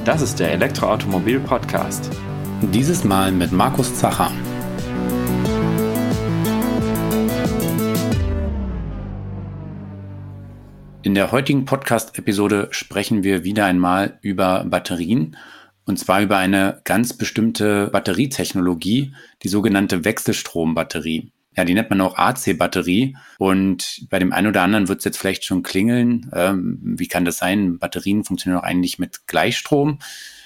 Das ist der Elektroautomobil-Podcast. Dieses Mal mit Markus Zacher. In der heutigen Podcast-Episode sprechen wir wieder einmal über Batterien, und zwar über eine ganz bestimmte Batterietechnologie, die sogenannte Wechselstrombatterie. Ja, die nennt man auch AC-Batterie, und bei dem einen oder anderen wird es jetzt vielleicht schon klingeln. Wie kann das sein? Batterien funktionieren auch eigentlich mit Gleichstrom.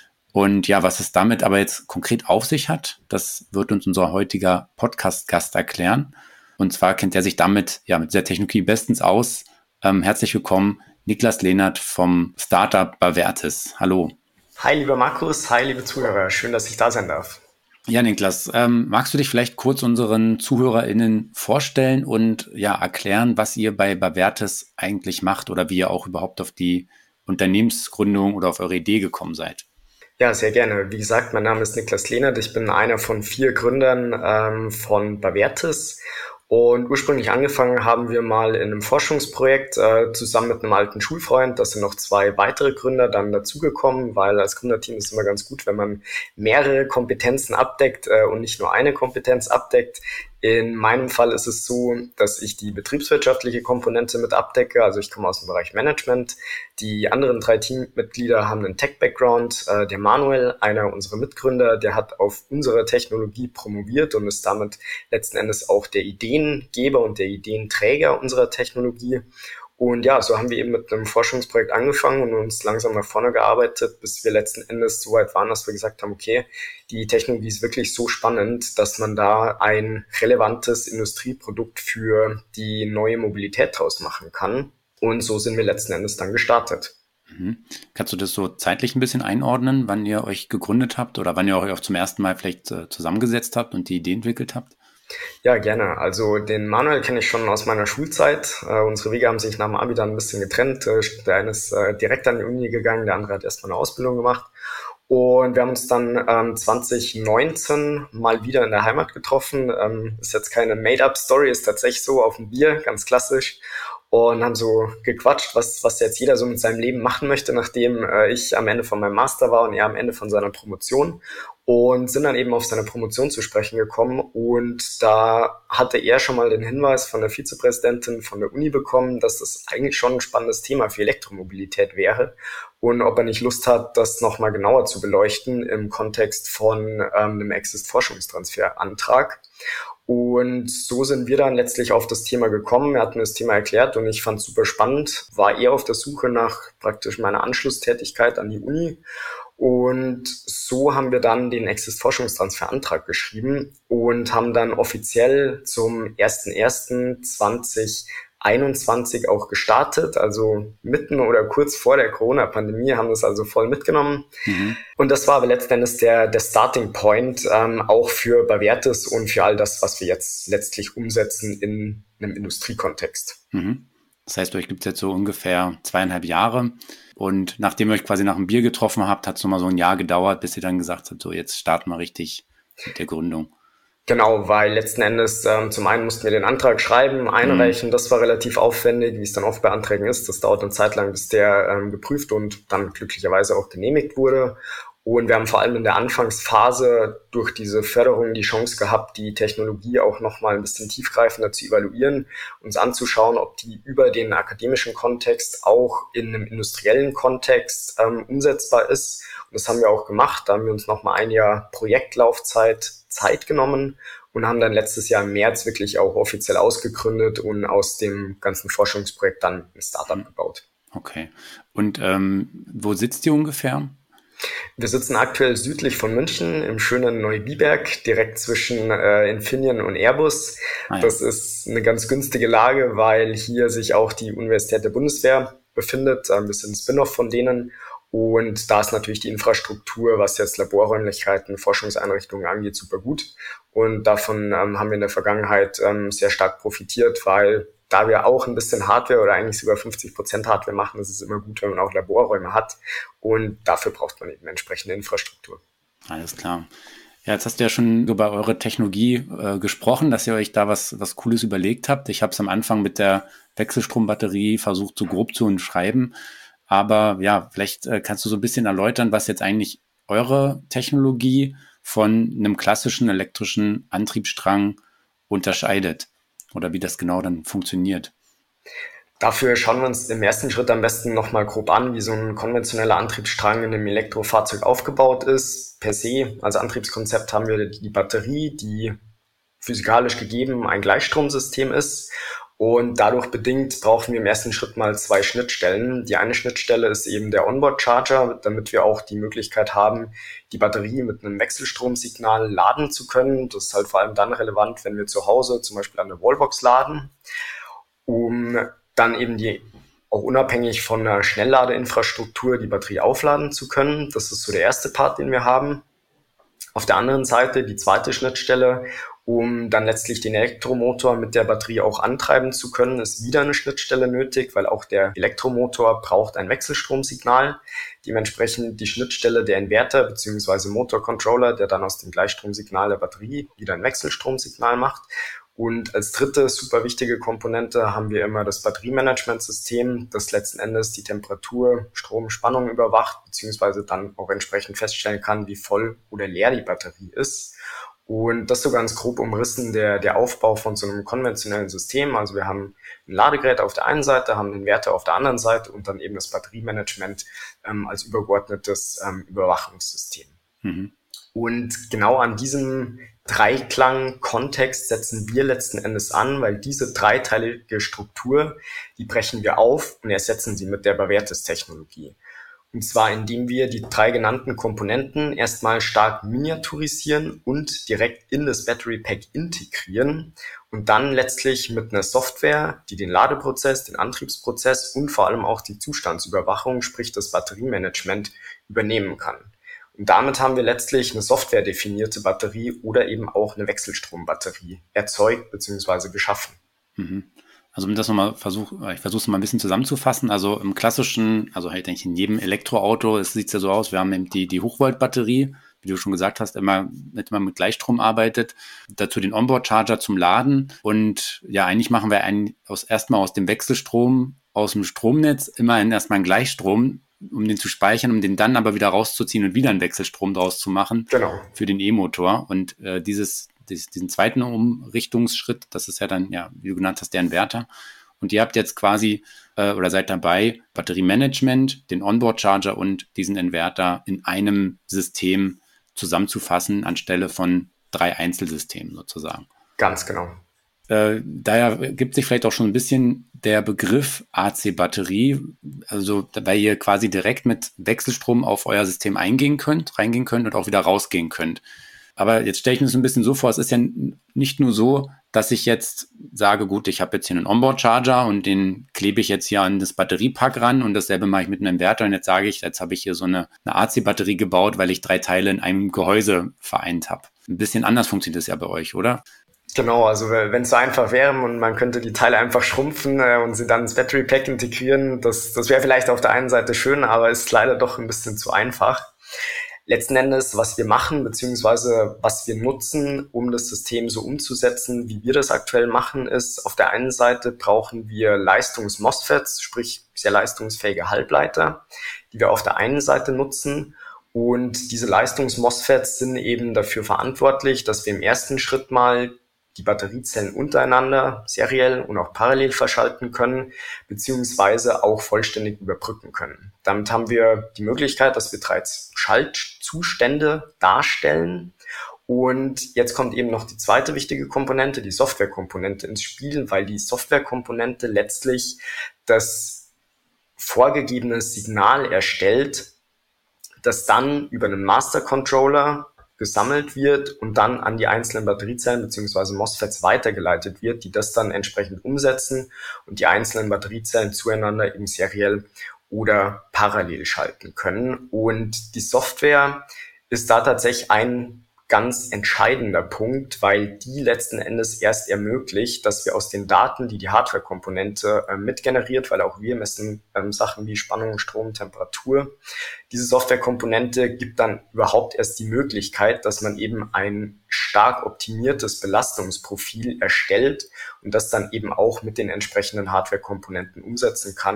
Und ja, was es damit aber jetzt konkret auf sich hat, das wird uns unser heutiger Podcast-Gast erklären. Und zwar kennt er sich damit mit dieser Technologie bestens aus. Herzlich willkommen, Niklas Lehnert vom Startup Bavertis. Hallo. Hi, lieber Markus. Hi, liebe Zuhörer. Schön, dass ich da sein darf. Ja, Niklas, magst du dich vielleicht kurz unseren ZuhörerInnen vorstellen und erklären, was ihr bei Bavertis eigentlich macht oder wie ihr auch überhaupt auf die Unternehmensgründung oder auf eure Idee gekommen seid? Ja, sehr gerne. Wie gesagt, mein Name ist Niklas Lehnert. Ich bin einer von 4 Gründern von Bavertis. Und ursprünglich angefangen haben wir mal in einem Forschungsprojekt zusammen mit einem alten Schulfreund. Da sind noch 2 weitere Gründer dann dazugekommen, weil als Gründerteam ist immer ganz gut, wenn man mehrere Kompetenzen abdeckt und nicht nur eine Kompetenz abdeckt. In meinem Fall ist es so, dass ich die betriebswirtschaftliche Komponente mit abdecke. Also ich komme aus dem Bereich Management. Die anderen 3 Teammitglieder haben einen Tech-Background. Der Manuel, einer unserer Mitgründer, der hat auf unserer Technologie promoviert und ist damit letzten Endes auch der Ideengeber und der Ideenträger unserer Technologie. Und ja, so haben wir eben mit einem Forschungsprojekt angefangen und uns langsam nach vorne gearbeitet, bis wir letzten Endes so weit waren, dass wir gesagt haben, okay, die Technologie ist wirklich so spannend, dass man da ein relevantes Industrieprodukt für die neue Mobilität draus machen kann. Und so sind wir letzten Endes dann gestartet. Kannst du das so zeitlich ein bisschen einordnen, wann ihr euch gegründet habt oder wann ihr euch auch zum ersten Mal vielleicht zusammengesetzt habt und die Idee entwickelt habt? Ja, gerne. Also den Manuel kenne ich schon aus meiner Schulzeit. Unsere Wege haben sich nach dem Abi dann ein bisschen getrennt. Der eine ist direkt an die Uni gegangen, der andere hat erstmal eine Ausbildung gemacht. Und wir haben uns dann 2019 mal wieder in der Heimat getroffen. Ist jetzt keine Made-up-Story, ist tatsächlich so auf dem Bier, ganz klassisch. Und haben so gequatscht, was jetzt jeder so mit seinem Leben machen möchte, nachdem ich am Ende von meinem Master war und er am Ende von seiner Promotion. Und sind dann eben auf seine Promotion zu sprechen gekommen. Und da hatte er schon mal den Hinweis von der Vizepräsidentin von der Uni bekommen, dass das eigentlich schon ein spannendes Thema für Elektromobilität wäre. Und ob er nicht Lust hat, das nochmal genauer zu beleuchten im Kontext von einem Exist-Forschungstransferantrag. Und so sind wir dann letztlich auf das Thema gekommen. Er hat mir das Thema erklärt und ich fand es super spannend. War eher auf der Suche nach praktisch meiner Anschlusstätigkeit an die Uni. Und so haben wir dann den Exist-Forschungstransferantrag geschrieben und haben dann offiziell zum 01.01.2021 auch gestartet, also mitten oder kurz vor der Corona-Pandemie haben wir es also voll mitgenommen. Und das war aber letzten Endes der Starting Point, auch für Bavertis und für all das, was wir jetzt letztlich umsetzen in einem Industriekontext. Das heißt, euch gibt es jetzt so ungefähr 2,5 Jahre. Und nachdem ihr euch quasi nach dem Bier getroffen habt, hat es nochmal so ein Jahr gedauert, bis ihr dann gesagt habt, so jetzt starten wir richtig mit der Gründung. Genau, weil letzten Endes zum einen mussten wir den Antrag schreiben, einreichen. Das war relativ aufwendig, wie es dann oft bei Anträgen ist. Das dauert eine Zeit lang, bis der geprüft und dann glücklicherweise auch genehmigt wurde. Und wir haben vor allem in der Anfangsphase durch diese Förderung die Chance gehabt, die Technologie auch nochmal ein bisschen tiefgreifender zu evaluieren, uns anzuschauen, ob die über den akademischen Kontext auch in einem industriellen Kontext umsetzbar ist. Und das haben wir auch gemacht. Da haben wir uns nochmal ein Jahr Projektlaufzeit Zeit genommen und haben dann letztes Jahr im März wirklich auch offiziell ausgegründet und aus dem ganzen Forschungsprojekt dann ein Startup gebaut. Okay. Und wo sitzt ihr ungefähr? Wir sitzen aktuell südlich von München im schönen Neubiberg, direkt zwischen Infineon und Airbus. Das ist eine ganz günstige Lage, weil hier sich auch die Universität der Bundeswehr befindet. Wir sind ein Spin-off von denen. Und da ist natürlich die Infrastruktur, was jetzt Laborräumlichkeiten, Forschungseinrichtungen angeht, super gut. Und davon haben wir in der Vergangenheit sehr stark profitiert, weil da wir auch ein bisschen Hardware oder eigentlich sogar 50% Hardware machen, ist es immer gut, wenn man auch Laborräume hat. Und dafür braucht man eben entsprechende Infrastruktur. Alles klar. Ja, jetzt hast du ja schon über eure Technologie gesprochen, dass ihr euch da was Cooles überlegt habt. Ich habe es am Anfang mit der Wechselstrombatterie versucht, so grob zu umschreiben. Aber ja, vielleicht kannst du so ein bisschen erläutern, was jetzt eigentlich eure Technologie von einem klassischen elektrischen Antriebsstrang unterscheidet oder wie das genau dann funktioniert. Dafür schauen wir uns im ersten Schritt am besten nochmal grob an, wie so ein konventioneller Antriebsstrang in einem Elektrofahrzeug aufgebaut ist. Per se, als Antriebskonzept haben wir die Batterie, die physikalisch gegeben ein Gleichstromsystem ist. Und dadurch bedingt brauchen wir im ersten Schritt mal zwei Schnittstellen. Die eine Schnittstelle ist eben der Onboard-Charger, damit wir auch die Möglichkeit haben, die Batterie mit einem Wechselstromsignal laden zu können. Das ist halt vor allem dann relevant, wenn wir zu Hause zum Beispiel an der Wallbox laden, um dann eben auch unabhängig von einer Schnellladeinfrastruktur die Batterie aufladen zu können. Das ist so der erste Part, den wir haben. Auf der anderen Seite die zweite Schnittstelle, um dann letztlich den Elektromotor mit der Batterie auch antreiben zu können, ist wieder eine Schnittstelle nötig, weil auch der Elektromotor braucht ein Wechselstromsignal. Dementsprechend die Schnittstelle der Inverter bzw. Motorcontroller, der dann aus dem Gleichstromsignal der Batterie wieder ein Wechselstromsignal macht. Und als dritte super wichtige Komponente haben wir immer das Batteriemanagementsystem, das letzten Endes die Temperatur, Strom, Spannung überwacht, beziehungsweise dann auch entsprechend feststellen kann, wie voll oder leer die Batterie ist. Und das so ganz grob umrissen der Aufbau von so einem konventionellen System. Also wir haben ein Ladegerät auf der einen Seite, haben einen Inverter auf der anderen Seite und dann eben das Batteriemanagement als übergeordnetes Überwachungssystem. Mhm. Und genau an diesem Dreiklang-Kontext setzen wir letzten Endes an, weil diese dreiteilige Struktur, die brechen wir auf und ersetzen sie mit der Bavertis-Technologie. Und zwar indem wir die drei genannten Komponenten erstmal stark miniaturisieren und direkt in das Battery Pack integrieren und dann letztlich mit einer Software, die den Ladeprozess, den Antriebsprozess und vor allem auch die Zustandsüberwachung, sprich das Batteriemanagement, übernehmen kann. Und damit haben wir letztlich eine softwaredefinierte Batterie oder eben auch eine Wechselstrombatterie erzeugt bzw. geschaffen. Mhm. Also um das nochmal ich versuche es mal ein bisschen zusammenzufassen. Also im klassischen, also halt eigentlich in jedem Elektroauto, sieht es ja so aus, wir haben eben die Hochvolt-Batterie, wie du schon gesagt hast, immer mit Gleichstrom arbeitet, dazu den Onboard-Charger zum Laden und ja, eigentlich machen wir erstmal aus dem Wechselstrom, aus dem Stromnetz erstmal einen Gleichstrom, um den zu speichern, um den dann aber wieder rauszuziehen und wieder einen Wechselstrom draus zu machen. Genau. Für den E-Motor. Und diesen zweiten Umrichtungsschritt, das ist ja dann, ja, wie du genannt hast, der Inverter. Und ihr habt jetzt quasi oder seid dabei, Batteriemanagement, den Onboard-Charger und diesen Inverter in einem System zusammenzufassen, anstelle von 3 Einzelsystemen sozusagen. Ganz genau. Daher gibt sich vielleicht auch schon ein bisschen der Begriff AC-Batterie, also weil ihr quasi direkt mit Wechselstrom auf euer System reingehen könnt und auch wieder rausgehen könnt. Aber jetzt stelle ich mir das ein bisschen so vor, es ist ja nicht nur so, dass ich jetzt sage, gut, ich habe jetzt hier einen Onboard-Charger und den klebe ich jetzt hier an das Batteriepack ran und dasselbe mache ich mit einem Inverter und jetzt sage ich, jetzt habe ich hier so eine AC-Batterie gebaut, weil ich 3 Teile in einem Gehäuse vereint habe. Ein bisschen anders funktioniert das ja bei euch, oder? Genau, also wenn es so einfach wäre und man könnte die Teile einfach schrumpfen und sie dann ins Battery Pack integrieren, das wäre vielleicht auf der einen Seite schön, aber ist leider doch ein bisschen zu einfach. Letzten Endes, was wir machen, beziehungsweise was wir nutzen, um das System so umzusetzen, wie wir das aktuell machen, ist, auf der einen Seite brauchen wir Leistungs-MOSFETs, sprich sehr leistungsfähige Halbleiter, die wir auf der einen Seite nutzen. Und diese Leistungs-MOSFETs sind eben dafür verantwortlich, dass wir im ersten Schritt mal die Batteriezellen untereinander seriell und auch parallel verschalten können, beziehungsweise auch vollständig überbrücken können. Damit haben wir die Möglichkeit, dass wir 3 Schaltzustände darstellen. Und jetzt kommt eben noch die zweite wichtige Komponente, die Softwarekomponente ins Spiel, weil die Softwarekomponente letztlich das vorgegebene Signal erstellt, das dann über einen Master Controller gesammelt wird und dann an die einzelnen Batteriezellen bzw. MOSFETs weitergeleitet wird, die das dann entsprechend umsetzen und die einzelnen Batteriezellen zueinander eben seriell oder parallel schalten können. Und die Software ist da tatsächlich ein ganz entscheidender Punkt, weil die letzten Endes erst ermöglicht, dass wir aus den Daten, die Hardware-Komponente mitgeneriert, weil auch wir messen Sachen wie Spannung, Strom, Temperatur. Diese Software-Komponente gibt dann überhaupt erst die Möglichkeit, dass man eben ein stark optimiertes Belastungsprofil erstellt und das dann eben auch mit den entsprechenden Hardware-Komponenten umsetzen kann,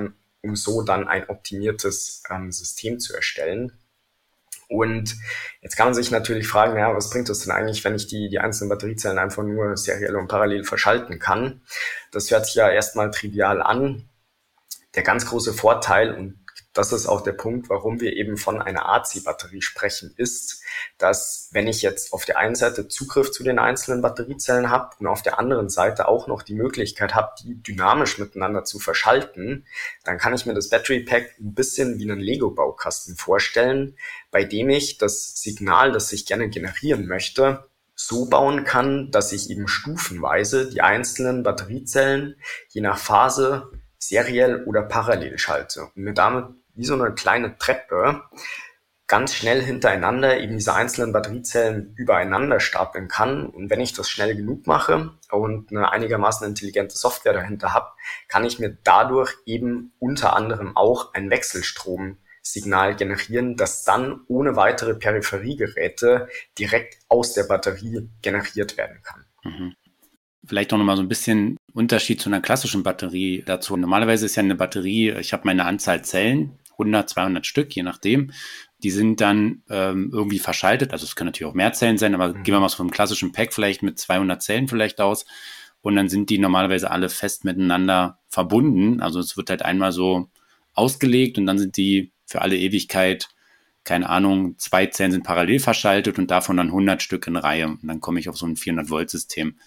um so dann ein optimiertes System zu erstellen. Und jetzt kann man sich natürlich fragen, ja, was bringt das denn eigentlich, wenn ich die einzelnen Batteriezellen einfach nur seriell und parallel verschalten kann? Das hört sich ja erstmal trivial an. Der ganz große Vorteil, und das ist auch der Punkt, warum wir eben von einer AC-Batterie sprechen, ist, dass wenn ich jetzt auf der einen Seite Zugriff zu den einzelnen Batteriezellen habe und auf der anderen Seite auch noch die Möglichkeit habe, die dynamisch miteinander zu verschalten, dann kann ich mir das Battery Pack ein bisschen wie einen Lego-Baukasten vorstellen, bei dem ich das Signal, das ich gerne generieren möchte, so bauen kann, dass ich eben stufenweise die einzelnen Batteriezellen je nach Phase seriell oder parallel schalte und mir damit wie so eine kleine Treppe ganz schnell hintereinander eben diese einzelnen Batteriezellen übereinander stapeln kann. Und wenn ich das schnell genug mache und eine einigermaßen intelligente Software dahinter habe, kann ich mir dadurch eben unter anderem auch ein Wechselstromsignal generieren, das dann ohne weitere Peripheriegeräte direkt aus der Batterie generiert werden kann. Mhm. Vielleicht auch nochmal so ein bisschen Unterschied zu einer klassischen Batterie dazu. Normalerweise ist ja eine Batterie, ich habe meine Anzahl Zellen, 100, 200 Stück, je nachdem. Die sind dann irgendwie verschaltet. Also es können natürlich auch mehr Zellen sein, aber gehen wir mal so vom klassischen Pack vielleicht mit 200 Zellen vielleicht aus. Und dann sind die normalerweise alle fest miteinander verbunden. Also es wird halt einmal so ausgelegt und dann sind die für alle Ewigkeit, keine Ahnung, 2 Zellen sind parallel verschaltet und davon dann 100 Stück in Reihe. Und dann komme ich auf so ein 400-Volt-System.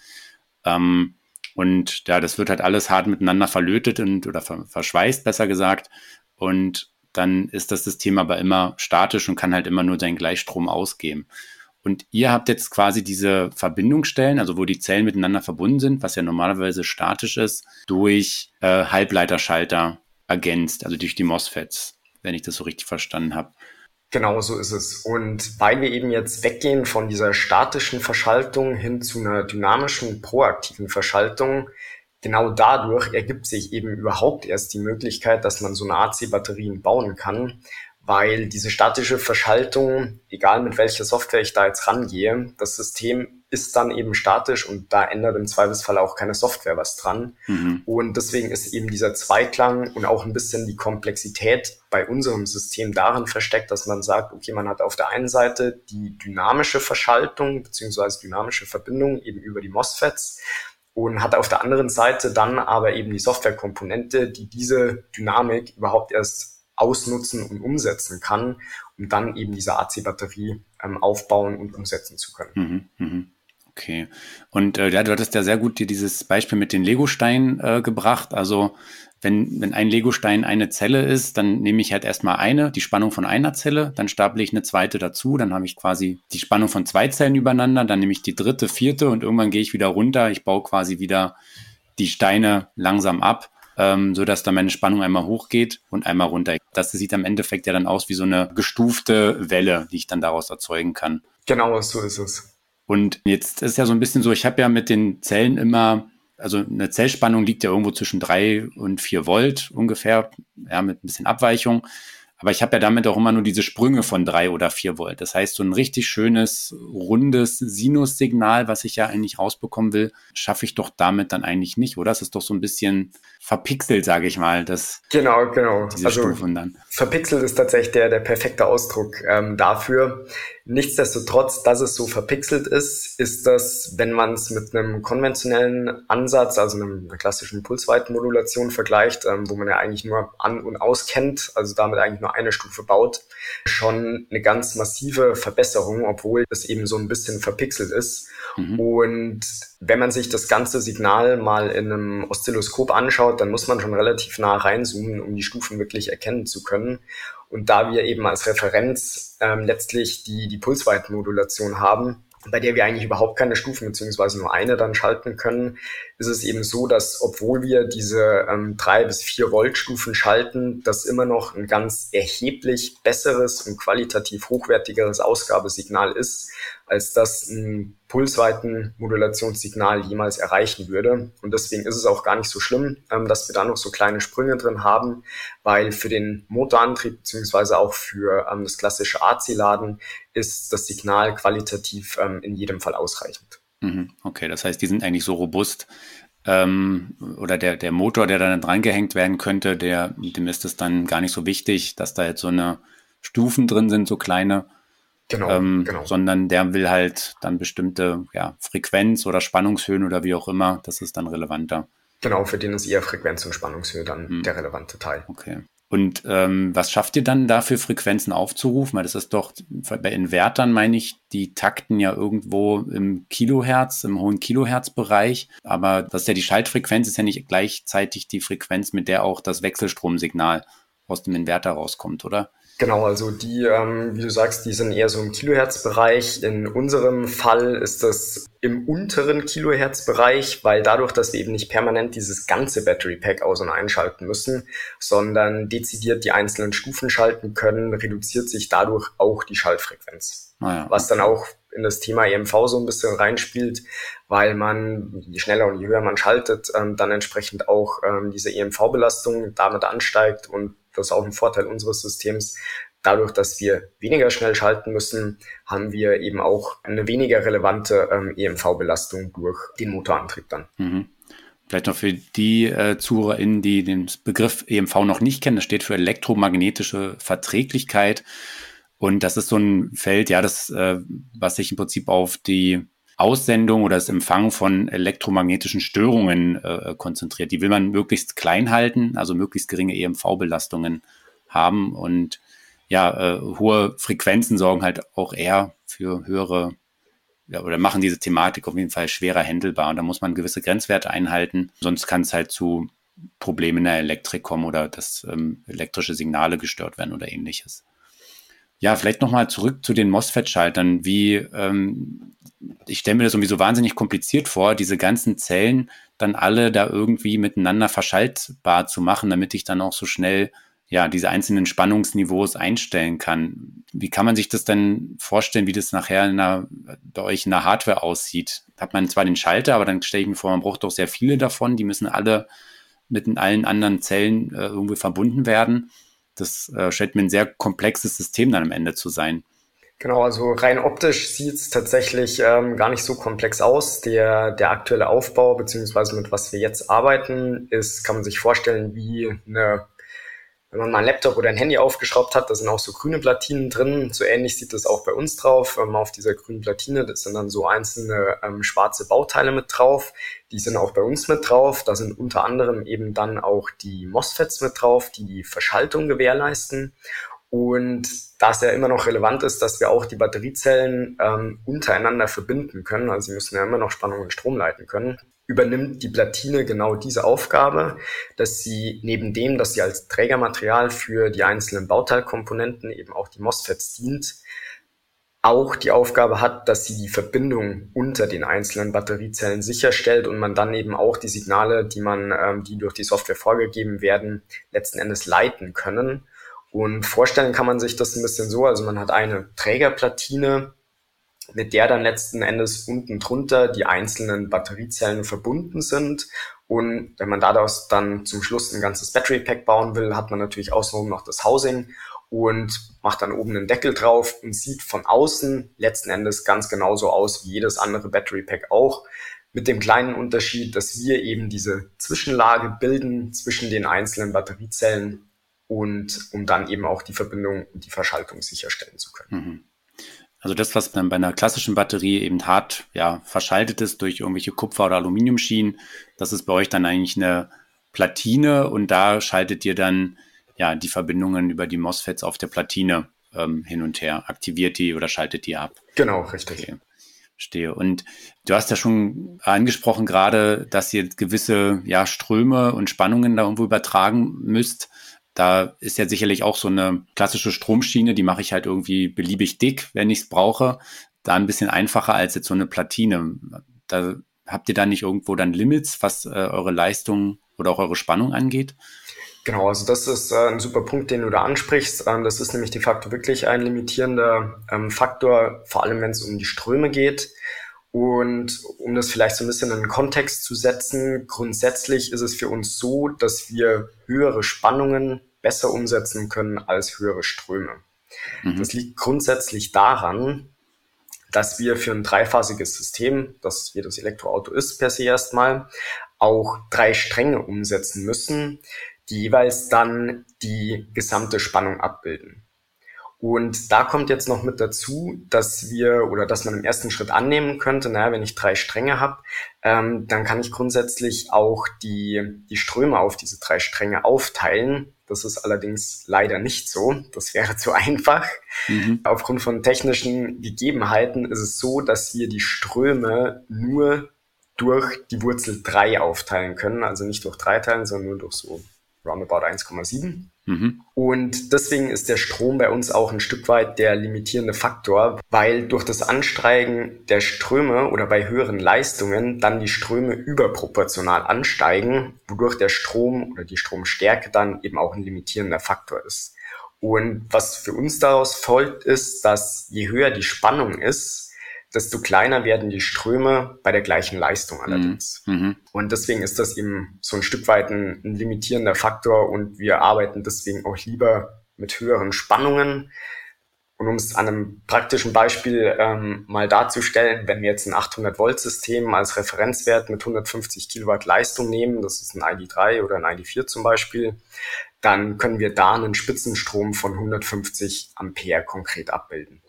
Und ja, das wird halt alles hart miteinander verlötet oder verschweißt, besser gesagt. Und dann ist das System aber immer statisch und kann halt immer nur seinen Gleichstrom ausgeben. Und ihr habt jetzt quasi diese Verbindungsstellen, also wo die Zellen miteinander verbunden sind, was ja normalerweise statisch ist, durch Halbleiterschalter ergänzt, also durch die MOSFETs, wenn ich das so richtig verstanden habe. Genau so ist es. Und weil wir eben jetzt weggehen von dieser statischen Verschaltung hin zu einer dynamischen, proaktiven Verschaltung, genau dadurch ergibt sich eben überhaupt erst die Möglichkeit, dass man so eine AC-Batterien bauen kann, weil diese statische Verschaltung, egal mit welcher Software ich da jetzt rangehe, das System ist dann eben statisch und da ändert im Zweifelsfall auch keine Software was dran. Mhm. Und deswegen ist eben dieser Zweiklang und auch ein bisschen die Komplexität bei unserem System darin versteckt, dass man sagt, okay, man hat auf der einen Seite die dynamische Verschaltung beziehungsweise dynamische Verbindung eben über die MOSFETs und hat auf der anderen Seite dann aber eben die Softwarekomponente, die diese Dynamik überhaupt erst ausnutzen und umsetzen kann, um dann eben diese AC-Batterie aufbauen und umsetzen zu können. Okay. Und ja, du hattest ja sehr gut dir dieses Beispiel mit den Legosteinen gebracht. Also wenn ein Legostein eine Zelle ist, dann nehme ich halt erstmal die Spannung von einer Zelle, dann staple ich eine zweite dazu, dann habe ich quasi die Spannung von 2 Zellen übereinander, dann nehme ich die dritte, vierte und irgendwann gehe ich wieder runter. Ich baue quasi wieder die Steine langsam ab, sodass dann meine Spannung einmal hochgeht und einmal runter. Das sieht am Endeffekt ja dann aus wie so eine gestufte Welle, die ich dann daraus erzeugen kann. Genau, so ist es. Und jetzt ist ja so ein bisschen so, ich habe ja mit den Zellen immer, also eine Zellspannung liegt ja irgendwo zwischen 3 und 4 Volt ungefähr, ja, mit ein bisschen Abweichung. Aber ich habe ja damit auch immer nur diese Sprünge von 3 oder 4 Volt. Das heißt, so ein richtig schönes, rundes Sinussignal, was ich ja eigentlich rausbekommen will, schaffe ich doch damit dann eigentlich nicht, oder? Das ist doch so ein bisschen verpixelt, sage ich mal. Genau. Diese Stufen dann. Verpixelt ist tatsächlich der perfekte Ausdruck dafür. Nichtsdestotrotz, dass es so verpixelt ist das, wenn man es mit einem konventionellen Ansatz, also einer klassischen Pulsweitenmodulation vergleicht, wo man ja eigentlich nur an- und auskennt, also damit eigentlich nur eine Stufe baut, schon eine ganz massive Verbesserung, obwohl es eben so ein bisschen verpixelt ist. Und wenn man sich das ganze Signal mal in einem Oszilloskop anschaut, dann muss man schon relativ nah reinzoomen, um die Stufen wirklich erkennen zu können. Und da wir eben als Referenz letztlich die Pulsweitenmodulation haben, bei der wir eigentlich überhaupt keine Stufen beziehungsweise nur eine dann schalten können, ist es eben so, dass obwohl wir diese 3 bis 4 Volt Stufen schalten, das immer noch ein ganz erheblich besseres und qualitativ hochwertigeres Ausgabesignal ist, als das ein Pulsweitenmodulationssignal jemals erreichen würde. Und deswegen ist es auch gar nicht so schlimm, dass wir da noch so kleine Sprünge drin haben, weil für den Motorantrieb beziehungsweise auch für das klassische AC-Laden ist das Signal qualitativ in jedem Fall ausreichend. Okay, das heißt, die sind eigentlich so robust, oder der Motor, der dann drangehängt werden könnte, dem ist es dann gar nicht so wichtig, dass da jetzt so eine Stufen drin sind, so kleine, Genau. sondern der will halt dann bestimmte Frequenz oder Spannungshöhen oder wie auch immer, das ist dann relevanter. Genau, für den ist eher Frequenz und Spannungshöhe dann der relevante Teil. Okay. Und was schafft ihr dann da für Frequenzen aufzurufen? Weil das ist doch, bei Invertern meine ich, die takten ja irgendwo im hohen Kilohertz-Bereich. Aber das ist ja die Schaltfrequenz, ist ja nicht gleichzeitig die Frequenz, mit der auch das Wechselstromsignal aus dem Inverter rauskommt, oder? Genau, also die, wie du sagst, die sind eher so im Kilohertz-Bereich. In unserem Fall ist das im unteren Kilohertz-Bereich, weil dadurch, dass wir eben nicht permanent dieses ganze Battery Pack aus- und einschalten müssen, sondern dezidiert die einzelnen Stufen schalten können, reduziert sich dadurch auch die Schaltfrequenz. Was dann auch in das Thema EMV so ein bisschen reinspielt, weil man, je schneller und je höher man schaltet, dann entsprechend auch diese EMV-Belastung damit ansteigt, und das ist auch ein Vorteil unseres Systems. Dadurch, dass wir weniger schnell schalten müssen, haben wir eben auch eine weniger relevante EMV-Belastung durch den Motorantrieb dann. Vielleicht noch für die ZuhörerInnen, die den Begriff EMV noch nicht kennen, das steht für elektromagnetische Verträglichkeit. Und das ist so ein Feld, was sich im Prinzip auf die Aussendung oder das Empfangen von elektromagnetischen Störungen konzentriert. Die will man möglichst klein halten, also möglichst geringe EMV-Belastungen haben. Und hohe Frequenzen sorgen halt auch eher für höhere, oder machen diese Thematik auf jeden Fall schwerer handelbar. Und da muss man gewisse Grenzwerte einhalten, sonst kann es halt zu Problemen in der Elektrik kommen oder dass elektrische Signale gestört werden oder ähnliches. Ja, vielleicht nochmal zurück zu den MOSFET-Schaltern. Ich stelle mir das irgendwie so wahnsinnig kompliziert vor, diese ganzen Zellen dann alle da irgendwie miteinander verschaltbar zu machen, damit ich dann auch so schnell diese einzelnen Spannungsniveaus einstellen kann. Wie kann man sich das denn vorstellen, wie das nachher bei euch in der Hardware aussieht? Hat man zwar den Schalter, aber dann stelle ich mir vor, man braucht doch sehr viele davon. Die müssen alle mit allen anderen Zellen irgendwie verbunden werden. Das scheint mir ein sehr komplexes System dann am Ende zu sein. Genau, also rein optisch sieht es tatsächlich gar nicht so komplex aus. Der aktuelle Aufbau, beziehungsweise mit was wir jetzt arbeiten, kann man sich vorstellen wie wenn man mal einen Laptop oder ein Handy aufgeschraubt hat, da sind auch so grüne Platinen drin. So ähnlich sieht das auch bei uns drauf. Auf dieser grünen Platine, das sind dann so einzelne schwarze Bauteile mit drauf. Die sind auch bei uns mit drauf. Da sind unter anderem eben dann auch die MOSFETs mit drauf, die die Verschaltung gewährleisten. Und da es ja immer noch relevant ist, dass wir auch die Batteriezellen untereinander verbinden können, also sie müssen ja immer noch Spannung und Strom leiten können, übernimmt die Platine genau diese Aufgabe, dass sie neben dem, dass sie als Trägermaterial für die einzelnen Bauteilkomponenten eben auch die MOSFETs dient, auch die Aufgabe hat, dass sie die Verbindung unter den einzelnen Batteriezellen sicherstellt und man dann eben auch die Signale, die durch die Software vorgegeben werden, letzten Endes leiten können. Und vorstellen kann man sich das ein bisschen so, also man hat eine Trägerplatine, mit der dann letzten Endes unten drunter die einzelnen Batteriezellen verbunden sind. Und wenn man daraus dann zum Schluss ein ganzes Battery Pack bauen will, hat man natürlich außenrum noch das Housing und macht dann oben einen Deckel drauf und sieht von außen letzten Endes ganz genauso aus wie jedes andere Battery Pack auch. Mit dem kleinen Unterschied, dass wir eben diese Zwischenlage bilden zwischen den einzelnen Batteriezellen und um dann eben auch die Verbindung und die Verschaltung sicherstellen zu können. Also das, was dann bei einer klassischen Batterie eben hart verschaltet ist durch irgendwelche Kupfer- oder Aluminiumschienen, das ist bei euch dann eigentlich eine Platine und da schaltet ihr dann die Verbindungen über die MOSFETs auf der Platine hin und her, aktiviert die oder schaltet die ab. Genau, richtig. Okay. Verstehe. Und du hast ja schon angesprochen gerade, dass ihr gewisse Ströme und Spannungen da irgendwo übertragen müsst. Da ist ja sicherlich auch so eine klassische Stromschiene, die mache ich halt irgendwie beliebig dick, wenn ich es brauche. Da ein bisschen einfacher als jetzt so eine Platine. Da habt ihr da nicht irgendwo dann Limits, was eure Leistung oder auch eure Spannung angeht? Genau, also das ist ein super Punkt, den du da ansprichst. Das ist nämlich de facto wirklich ein limitierender Faktor, vor allem wenn es um die Ströme geht. Und um das vielleicht so ein bisschen in den Kontext zu setzen, grundsätzlich ist es für uns so, dass wir höhere Spannungen besser umsetzen können als höhere Ströme. Das liegt grundsätzlich daran, dass wir für ein dreiphasiges System, das jedes Elektroauto ist per se erstmal, auch 3 Stränge umsetzen müssen, die jeweils dann die gesamte Spannung abbilden. Und da kommt jetzt noch mit dazu, dass man im ersten Schritt annehmen könnte, wenn ich 3 Stränge habe, dann kann ich grundsätzlich auch die Ströme auf diese 3 Stränge aufteilen. Das ist allerdings leider nicht so. Das wäre zu einfach. Aufgrund von technischen Gegebenheiten ist es so, dass wir die Ströme nur durch die Wurzel 3 aufteilen können. Also nicht durch 3 teilen, sondern nur durch so roundabout 1,7. Und deswegen ist der Strom bei uns auch ein Stück weit der limitierende Faktor, weil durch das Ansteigen der Ströme oder bei höheren Leistungen dann die Ströme überproportional ansteigen, wodurch der Strom oder die Stromstärke dann eben auch ein limitierender Faktor ist. Und was für uns daraus folgt, ist, dass je höher die Spannung ist, desto kleiner werden die Ströme bei der gleichen Leistung allerdings. Und deswegen ist das eben so ein Stück weit ein limitierender Faktor und wir arbeiten deswegen auch lieber mit höheren Spannungen. Und um es an einem praktischen Beispiel mal darzustellen, wenn wir jetzt ein 800-Volt-System als Referenzwert mit 150 Kilowatt Leistung nehmen, das ist ein ID3 oder ein ID4 zum Beispiel, dann können wir da einen Spitzenstrom von 150 Ampere konkret abbilden.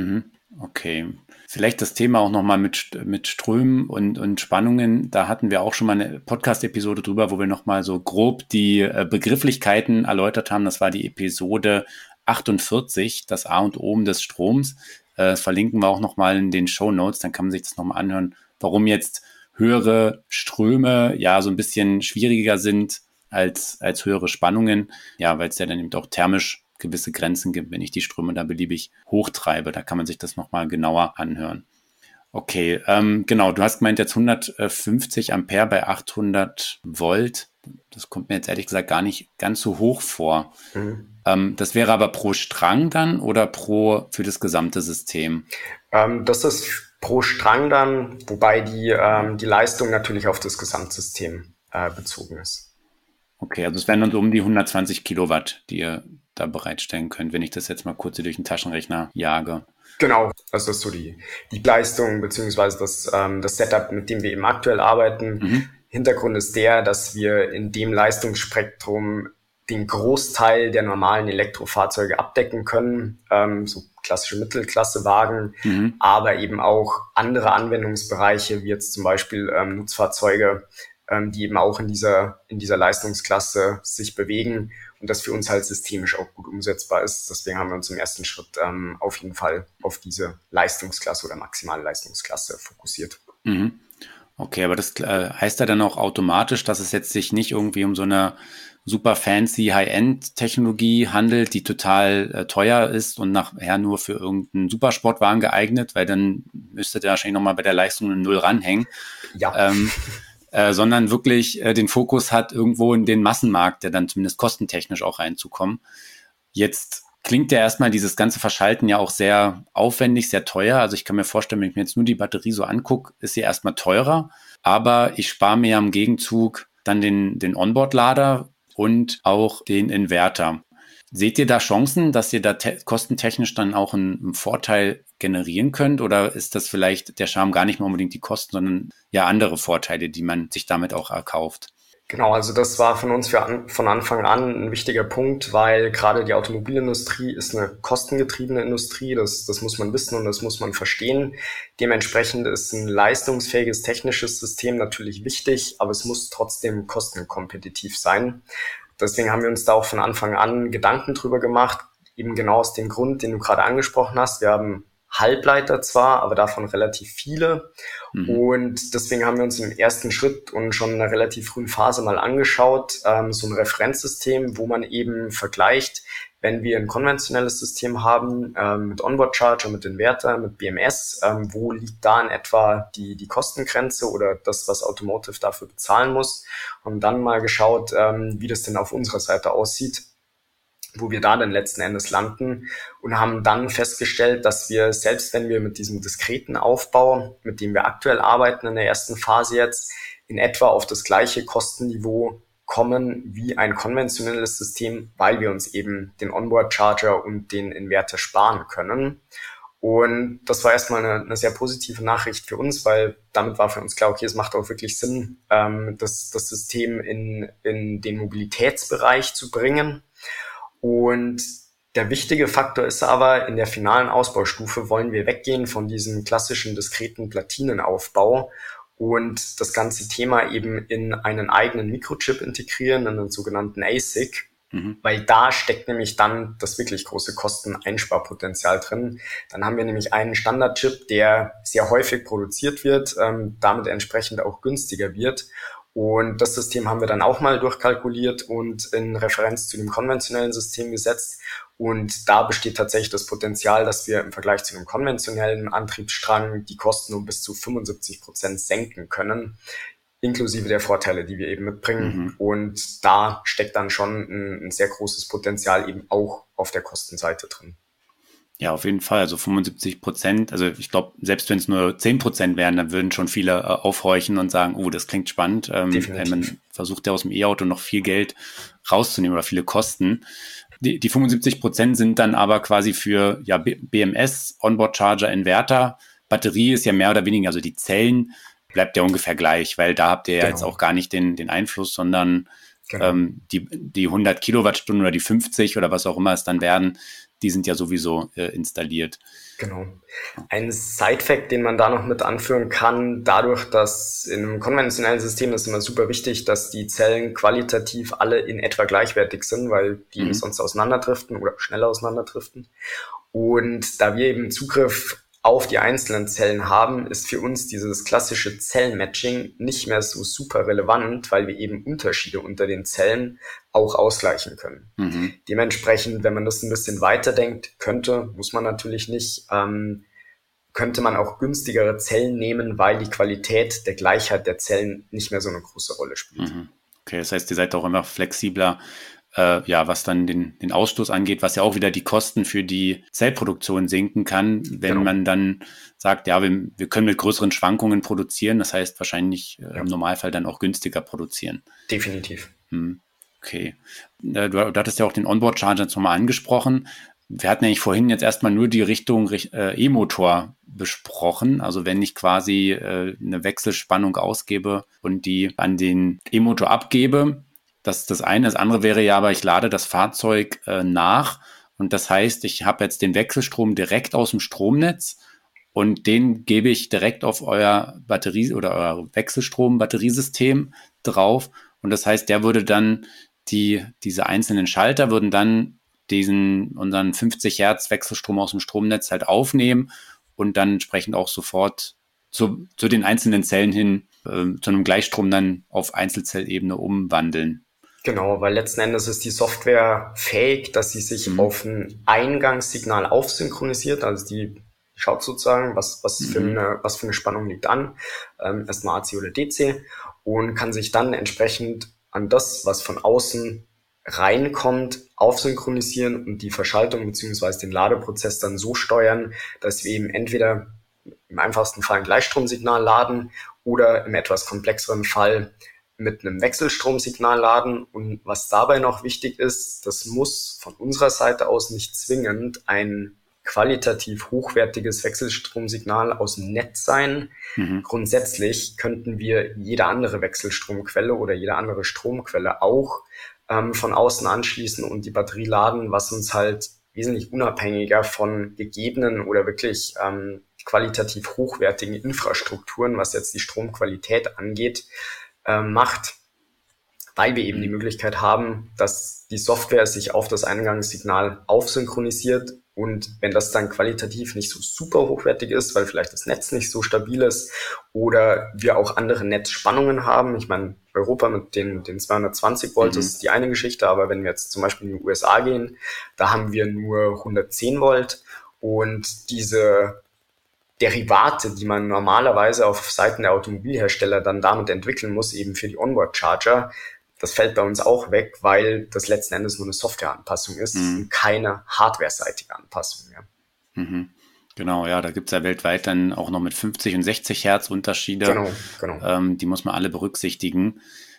Okay. Vielleicht das Thema auch nochmal mit Strömen und Spannungen. Da hatten wir auch schon mal eine Podcast-Episode drüber, wo wir nochmal so grob die Begrifflichkeiten erläutert haben. Das war die Episode 48, das A und O des Stroms. Das verlinken wir auch nochmal in den Shownotes. Dann kann man sich das nochmal anhören, warum jetzt höhere Ströme ja so ein bisschen schwieriger sind als höhere Spannungen. Ja, weil es ja dann eben auch thermisch gewisse Grenzen gibt, wenn ich die Ströme da beliebig hochtreibe. Da kann man sich das nochmal genauer anhören. Okay, genau, du hast gemeint jetzt 150 Ampere bei 800 Volt. Das kommt mir jetzt ehrlich gesagt gar nicht ganz so hoch vor. Das wäre aber pro Strang dann oder für das gesamte System? Das ist pro Strang dann, wobei die Leistung natürlich auf das Gesamtsystem bezogen ist. Okay, also es wären dann so um die 120 Kilowatt, die ihr da bereitstellen könnt, wenn ich das jetzt mal kurz durch den Taschenrechner jage. Genau, also das ist so die Leistung beziehungsweise das Setup, mit dem wir eben aktuell arbeiten. Hintergrund ist der, dass wir in dem Leistungsspektrum den Großteil der normalen Elektrofahrzeuge abdecken können, so klassische Mittelklassewagen, aber eben auch andere Anwendungsbereiche, wie jetzt zum Beispiel Nutzfahrzeuge, die eben auch in dieser Leistungsklasse sich bewegen und das für uns halt systemisch auch gut umsetzbar ist. Deswegen haben wir uns im ersten Schritt auf jeden Fall auf diese Leistungsklasse oder maximale Leistungsklasse fokussiert. Okay, aber das heißt ja dann auch automatisch, dass es jetzt sich nicht irgendwie um so eine super fancy High-End-Technologie handelt, die total teuer ist und nachher nur für irgendeinen Supersportwagen geeignet, weil dann müsstet ihr wahrscheinlich nochmal bei der Leistung eine Null ranhängen. Ja. Sondern wirklich den Fokus hat, irgendwo in den Massenmarkt, der dann zumindest kostentechnisch auch reinzukommen. Jetzt klingt ja erstmal dieses ganze Verschalten ja auch sehr aufwendig, sehr teuer. Also ich kann mir vorstellen, wenn ich mir jetzt nur die Batterie so angucke, ist sie erstmal teurer, aber ich spare mir ja im Gegenzug dann den Onboard-Lader und auch den Inverter. Seht ihr da Chancen, dass ihr da kostentechnisch dann auch einen Vorteil generieren könnt? Oder ist das vielleicht der Charme gar nicht mehr unbedingt die Kosten, sondern ja andere Vorteile, die man sich damit auch erkauft? Genau, also das war von uns von Anfang an ein wichtiger Punkt, weil gerade die Automobilindustrie ist eine kostengetriebene Industrie, das muss man wissen und das muss man verstehen. Dementsprechend ist ein leistungsfähiges technisches System natürlich wichtig, aber es muss trotzdem kostenkompetitiv sein. Deswegen haben wir uns da auch von Anfang an Gedanken drüber gemacht, eben genau aus dem Grund, den du gerade angesprochen hast. Wir haben Halbleiter zwar, aber davon relativ viele. Und deswegen haben wir uns im ersten Schritt und schon in einer relativ frühen Phase mal angeschaut, so ein Referenzsystem, wo man eben vergleicht, wenn wir ein konventionelles System haben, mit Onboard-Charger, mit Inverter, mit BMS, wo liegt da in etwa die Kostengrenze oder das, was Automotive dafür bezahlen muss. Und dann mal geschaut, wie das denn auf unserer Seite aussieht, wo wir da dann letzten Endes landen und haben dann festgestellt, dass wir, selbst wenn wir mit diesem diskreten Aufbau, mit dem wir aktuell arbeiten in der ersten Phase jetzt, in etwa auf das gleiche Kostenniveau kommen wie ein konventionelles System, weil wir uns eben den Onboard-Charger und den Inverter sparen können. Und das war erstmal eine sehr positive Nachricht für uns, weil damit war für uns klar, okay, es macht auch wirklich Sinn, das System in den Mobilitätsbereich zu bringen. Und der wichtige Faktor ist aber, in der finalen Ausbaustufe wollen wir weggehen von diesem klassischen diskreten Platinenaufbau und das ganze Thema eben in einen eigenen Mikrochip integrieren, in den sogenannten ASIC, weil da steckt nämlich dann das wirklich große Kosteneinsparpotenzial drin. Dann haben wir nämlich einen Standardchip, der sehr häufig produziert wird, damit entsprechend auch günstiger wird. Und das System haben wir dann auch mal durchkalkuliert und in Referenz zu dem konventionellen System gesetzt. Und da besteht tatsächlich das Potenzial, dass wir im Vergleich zu einem konventionellen Antriebsstrang die Kosten um bis zu 75% senken können, inklusive der Vorteile, die wir eben mitbringen. Und da steckt dann schon ein sehr großes Potenzial eben auch auf der Kostenseite drin. Ja, auf jeden Fall. Also 75%. Also ich glaube, selbst wenn es nur 10% wären, dann würden schon viele aufhorchen und sagen, oh, das klingt spannend. Weil man versucht ja aus dem E-Auto noch viel Geld rauszunehmen oder viele Kosten. Die 75% sind dann aber quasi für BMS, Onboard-Charger, Inverter. Batterie ist ja mehr oder weniger, also die Zellen bleibt ja ungefähr gleich, weil da habt ihr ja jetzt auch gar nicht den Einfluss, sondern die 100 Kilowattstunden oder die 50 oder was auch immer es dann werden, die sind ja sowieso installiert. Genau. Ein Side-Fact, den man da noch mit anführen kann, dadurch, dass in einem konventionellen System ist immer super wichtig, dass die Zellen qualitativ alle in etwa gleichwertig sind, weil die sonst auseinanderdriften oder schneller auseinanderdriften. Und da wir eben Zugriff auf die einzelnen Zellen haben, ist für uns dieses klassische Zellenmatching nicht mehr so super relevant, weil wir eben Unterschiede unter den Zellen auch ausgleichen können. Dementsprechend, wenn man das ein bisschen weiterdenkt, muss man natürlich nicht, könnte man auch günstigere Zellen nehmen, weil die Qualität der Gleichheit der Zellen nicht mehr so eine große Rolle spielt. Okay, das heißt, ihr seid auch immer flexibler, was dann den Ausstoß angeht, was ja auch wieder die Kosten für die Zellproduktion senken kann, wenn man dann sagt, ja, wir können mit größeren Schwankungen produzieren, das heißt wahrscheinlich im Normalfall dann auch günstiger produzieren. Definitiv. Okay. Du hattest ja auch den Onboard-Charger jetzt nochmal angesprochen. Wir hatten eigentlich vorhin jetzt erstmal nur die Richtung E-Motor besprochen. Also wenn ich quasi eine Wechselspannung ausgebe und die an den E-Motor abgebe, das ist das eine. Das andere wäre ja aber, ich lade das Fahrzeug nach und das heißt, ich habe jetzt den Wechselstrom direkt aus dem Stromnetz und den gebe ich direkt auf euer Batterie- oder euer Wechselstrom-Batteriesystem drauf und das heißt, der würde dann diese einzelnen Schalter würden dann unseren 50 Hertz Wechselstrom aus dem Stromnetz halt aufnehmen und dann entsprechend auch sofort zu den einzelnen Zellen hin zu einem Gleichstrom dann auf Einzelzellebene umwandeln. Genau, weil letzten Endes ist die Software fähig, dass sie sich auf ein Eingangssignal aufsynchronisiert. Also die schaut sozusagen, was für eine Spannung liegt an, erstmal AC oder DC und kann sich dann entsprechend an das, was von außen reinkommt, aufsynchronisieren und die Verschaltung beziehungsweise den Ladeprozess dann so steuern, dass wir eben entweder im einfachsten Fall ein Gleichstromsignal laden oder im etwas komplexeren Fall mit einem Wechselstromsignal laden. Und was dabei noch wichtig ist, das muss von unserer Seite aus nicht zwingend ein qualitativ hochwertiges Wechselstromsignal aus dem Netz sein. Grundsätzlich könnten wir jede andere Wechselstromquelle oder jede andere Stromquelle auch von außen anschließen und die Batterie laden, was uns halt wesentlich unabhängiger von gegebenen oder wirklich qualitativ hochwertigen Infrastrukturen, was jetzt die Stromqualität angeht, macht, weil wir eben die Möglichkeit haben, dass die Software sich auf das Eingangssignal aufsynchronisiert und wenn das dann qualitativ nicht so super hochwertig ist, weil vielleicht das Netz nicht so stabil ist oder wir auch andere Netzspannungen haben, ich meine, Europa mit den 220 Volt ist die eine Geschichte, aber wenn wir jetzt zum Beispiel in die USA gehen, da haben wir nur 110 Volt und diese Derivate, die man normalerweise auf Seiten der Automobilhersteller dann damit entwickeln muss, eben für die Onboard-Charger, das fällt bei uns auch weg, weil das letzten Endes nur eine Softwareanpassung ist und keine hardware-seitige Anpassung mehr. Genau, ja, da gibt's ja weltweit dann auch noch mit 50 und 60 Hertz Unterschiede. Genau. Die muss man alle berücksichtigen.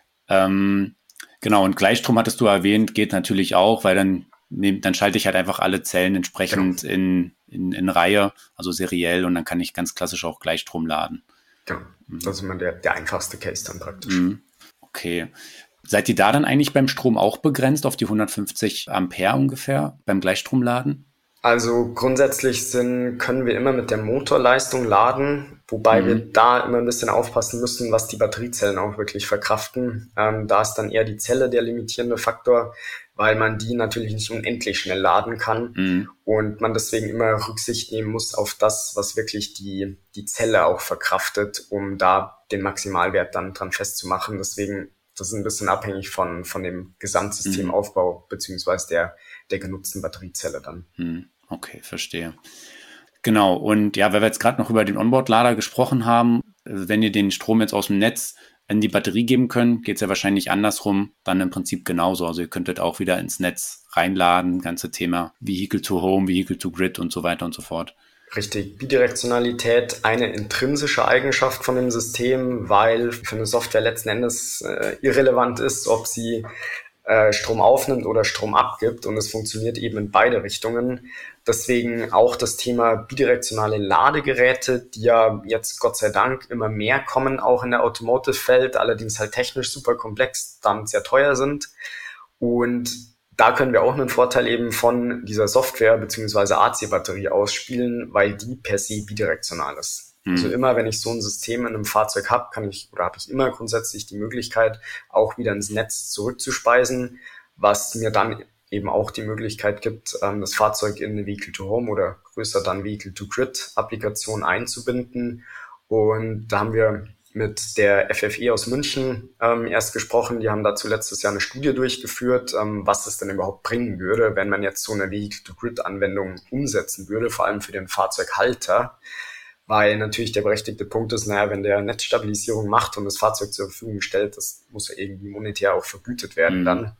Genau, und Gleichstrom hattest du erwähnt, geht natürlich auch, weil dann schalte ich halt einfach alle Zellen entsprechend in in Reihe, also seriell, und dann kann ich ganz klassisch auch Gleichstrom laden. Genau, das ist immer der einfachste Case dann praktisch. Okay. Seid ihr da dann eigentlich beim Strom auch begrenzt auf die 150 Ampere ungefähr beim Gleichstromladen? Also grundsätzlich können wir immer mit der Motorleistung laden, wobei wir da immer ein bisschen aufpassen müssen, was die Batteriezellen auch wirklich verkraften. Da ist dann eher die Zelle der limitierende Faktor, weil man die natürlich nicht unendlich schnell laden kann und man deswegen immer Rücksicht nehmen muss auf das, was wirklich die Zelle auch verkraftet, um da den Maximalwert dann dran festzumachen. Deswegen, das ist ein bisschen abhängig von dem Gesamtsystemaufbau beziehungsweise der genutzten Batteriezelle dann. Okay, verstehe. Genau, und ja, weil wir jetzt gerade noch über den Onboard-Lader gesprochen haben, wenn ihr den Strom jetzt aus dem Netz in die Batterie geben könnt, geht es ja wahrscheinlich andersrum, dann im Prinzip genauso. Also ihr könntet auch wieder ins Netz reinladen, ganze Thema Vehicle to Home, Vehicle to Grid und so weiter und so fort. Richtig, Bidirektionalität, eine intrinsische Eigenschaft von dem System, weil für eine Software letzten Endes irrelevant ist, ob sie Strom aufnimmt oder Strom abgibt, und es funktioniert eben in beide Richtungen. Deswegen auch das Thema bidirektionale Ladegeräte, die ja jetzt Gott sei Dank immer mehr kommen, auch in der Automotive-Welt, allerdings halt technisch super komplex, damit sehr teuer sind. Und da können wir auch einen Vorteil eben von dieser Software bzw. AC-Batterie ausspielen, weil die per se bidirektional ist. Also immer, wenn ich so ein System in einem Fahrzeug habe, habe ich immer grundsätzlich die Möglichkeit, auch wieder ins Netz zurückzuspeisen, was mir dann eben auch die Möglichkeit gibt, das Fahrzeug in eine Vehicle-to-Home oder größer dann Vehicle-to-Grid-Applikation einzubinden. Und da haben wir mit der FFE aus München erst gesprochen. Die haben dazu letztes Jahr eine Studie durchgeführt, was es denn überhaupt bringen würde, wenn man jetzt so eine Vehicle-to-Grid-Anwendung umsetzen würde, vor allem für den Fahrzeughalter. Weil natürlich der berechtigte Punkt ist, wenn der Netzstabilisierung macht und das Fahrzeug zur Verfügung stellt, das muss ja irgendwie monetär auch vergütet werden dann.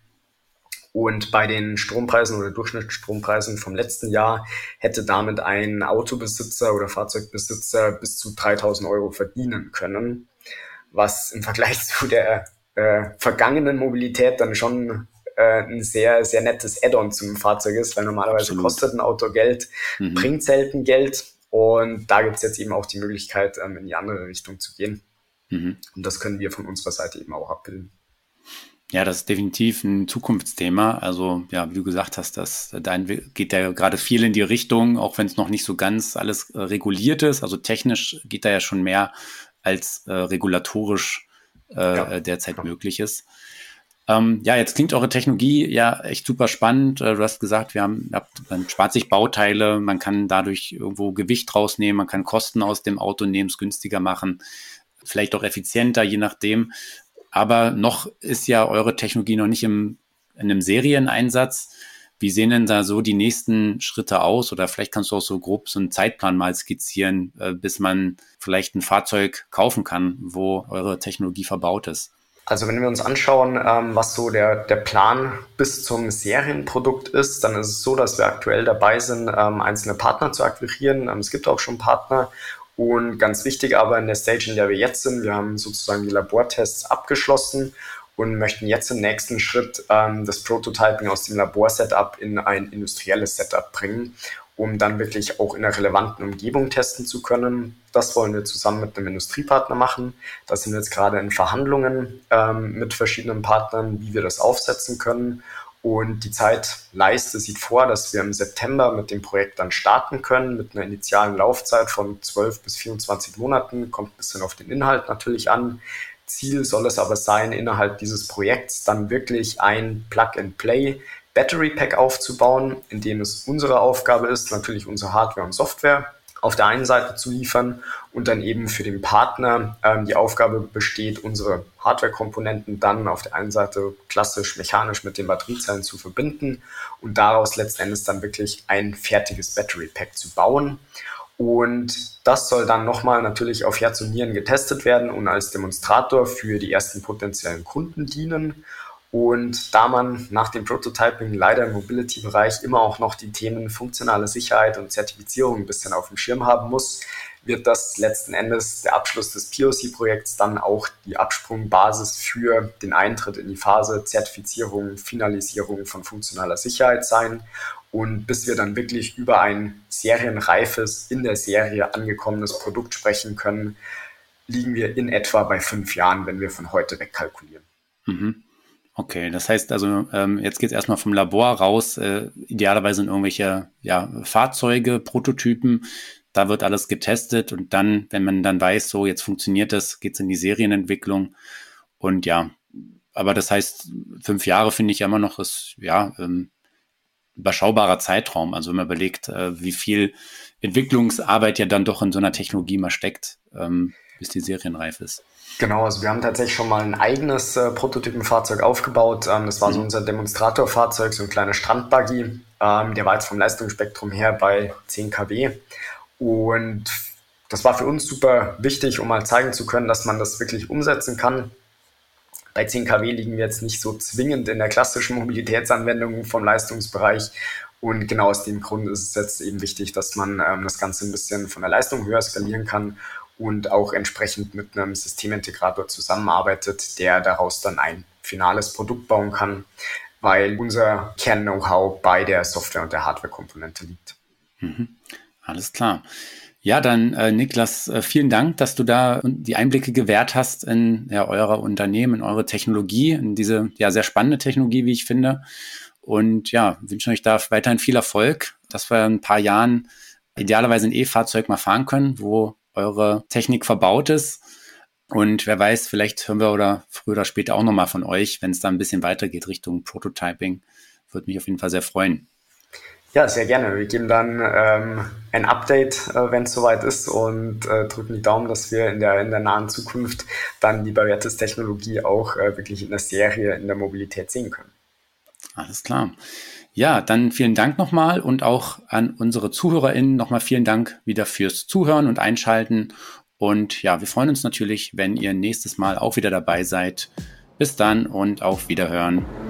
Und bei den Strompreisen oder Durchschnittsstrompreisen vom letzten Jahr hätte damit ein Autobesitzer oder Fahrzeugbesitzer bis zu 3.000 Euro verdienen können, was im Vergleich zu der vergangenen Mobilität dann schon ein sehr, sehr nettes Add-on zum Fahrzeug ist, weil normalerweise kostet ein Auto Geld, bringt selten Geld. Und da gibt es jetzt eben auch die Möglichkeit, in die andere Richtung zu gehen. Und das können wir von unserer Seite eben auch abbilden. Ja, das ist definitiv ein Zukunftsthema. Also ja, wie du gesagt hast, da geht ja gerade viel in die Richtung, auch wenn es noch nicht so ganz alles reguliert ist. Also technisch geht da ja schon mehr als regulatorisch derzeit möglich ist. Ja, jetzt klingt eure Technologie ja echt super spannend. Du hast gesagt, man spart sich Bauteile, man kann dadurch irgendwo Gewicht rausnehmen, man kann Kosten aus dem Auto nehmen, es günstiger machen, vielleicht auch effizienter, je nachdem. Aber noch ist ja eure Technologie noch nicht in einem Serieneinsatz. Wie sehen denn da so die nächsten Schritte aus? Oder vielleicht kannst du auch so grob so einen Zeitplan mal skizzieren, bis man vielleicht ein Fahrzeug kaufen kann, wo eure Technologie verbaut ist. Also wenn wir uns anschauen, was so der Plan bis zum Serienprodukt ist, dann ist es so, dass wir aktuell dabei sind, einzelne Partner zu akquirieren. Es gibt auch schon Partner. Und ganz wichtig aber in der Stage, in der wir jetzt sind, wir haben sozusagen die Labortests abgeschlossen und möchten jetzt im nächsten Schritt das Prototyping aus dem Laborsetup in ein industrielles Setup bringen, um dann wirklich auch in einer relevanten Umgebung testen zu können. Das wollen wir zusammen mit einem Industriepartner machen. Da sind wir jetzt gerade in Verhandlungen mit verschiedenen Partnern, wie wir das aufsetzen können. Und die Zeitleiste sieht vor, dass wir im September mit dem Projekt dann starten können, mit einer initialen Laufzeit von 12 bis 24 Monaten. Kommt ein bisschen auf den Inhalt natürlich an. Ziel soll es aber sein, innerhalb dieses Projekts dann wirklich ein Plug-and-Play Battery Pack aufzubauen, in dem es unsere Aufgabe ist, natürlich unsere Hardware und Software auf der einen Seite zu liefern und dann eben für den Partner die Aufgabe besteht, unsere Hardware-Komponenten dann auf der einen Seite klassisch mechanisch mit den Batteriezellen zu verbinden und daraus letzten Endes dann wirklich ein fertiges Battery Pack zu bauen. Und das soll dann nochmal natürlich auf Herz und Nieren getestet werden und als Demonstrator für die ersten potenziellen Kunden dienen. Und da man nach dem Prototyping leider im Mobility-Bereich immer auch noch die Themen funktionale Sicherheit und Zertifizierung ein bisschen auf dem Schirm haben muss, wird das letzten Endes der Abschluss des POC-Projekts dann auch die Absprungbasis für den Eintritt in die Phase Zertifizierung, Finalisierung von funktionaler Sicherheit sein. Und bis wir dann wirklich über ein serienreifes, in der Serie angekommenes Produkt sprechen können, liegen wir in etwa bei 5 Jahren, wenn wir von heute weg kalkulieren. Mhm. Okay, das heißt also, jetzt geht es erstmal vom Labor raus, idealerweise in irgendwelche Fahrzeuge, Prototypen. Da wird alles getestet und dann, wenn man dann weiß, so jetzt funktioniert das, geht es in die Serienentwicklung. Und ja, aber das heißt, 5 Jahre finde ich ja immer noch ist, überschaubarer Zeitraum. Also wenn man überlegt, wie viel Entwicklungsarbeit ja dann doch in so einer Technologie mal steckt, bis die serienreif ist. Genau, also wir haben tatsächlich schon mal ein eigenes Prototypenfahrzeug aufgebaut. Das war so unser Demonstratorfahrzeug, so ein kleiner Strandbuggy. Der war jetzt vom Leistungsspektrum her bei 10 kW. Und das war für uns super wichtig, um mal zeigen zu können, dass man das wirklich umsetzen kann. Bei 10 kW liegen wir jetzt nicht so zwingend in der klassischen Mobilitätsanwendung vom Leistungsbereich. Und genau aus dem Grund ist es jetzt eben wichtig, dass man das Ganze ein bisschen von der Leistung höher skalieren kann und auch entsprechend mit einem Systemintegrator zusammenarbeitet, der daraus dann ein finales Produkt bauen kann, weil unser Kern-Know-how bei der Software- und der Hardware-Komponente liegt. Alles klar. Ja, dann Niklas, vielen Dank, dass du da die Einblicke gewährt hast in euer Unternehmen, in eure Technologie, in diese sehr spannende Technologie, wie ich finde. Und ja, wünsche euch da weiterhin viel Erfolg, dass wir in ein paar Jahren idealerweise ein E-Fahrzeug mal fahren können, wo eure Technik verbaut ist. Und wer weiß, vielleicht hören wir oder früher oder später auch nochmal von euch, wenn es da ein bisschen weitergeht Richtung Prototyping. Würde mich auf jeden Fall sehr freuen. Ja, sehr gerne. Wir geben dann ein Update, wenn es soweit ist und drücken die Daumen, dass wir in der nahen Zukunft dann die Barrettes-Technologie auch wirklich in der Serie in der Mobilität sehen können. Alles klar. Ja, dann vielen Dank nochmal und auch an unsere ZuhörerInnen nochmal vielen Dank wieder fürs Zuhören und Einschalten. Und ja, wir freuen uns natürlich, wenn ihr nächstes Mal auch wieder dabei seid. Bis dann und auf Wiederhören.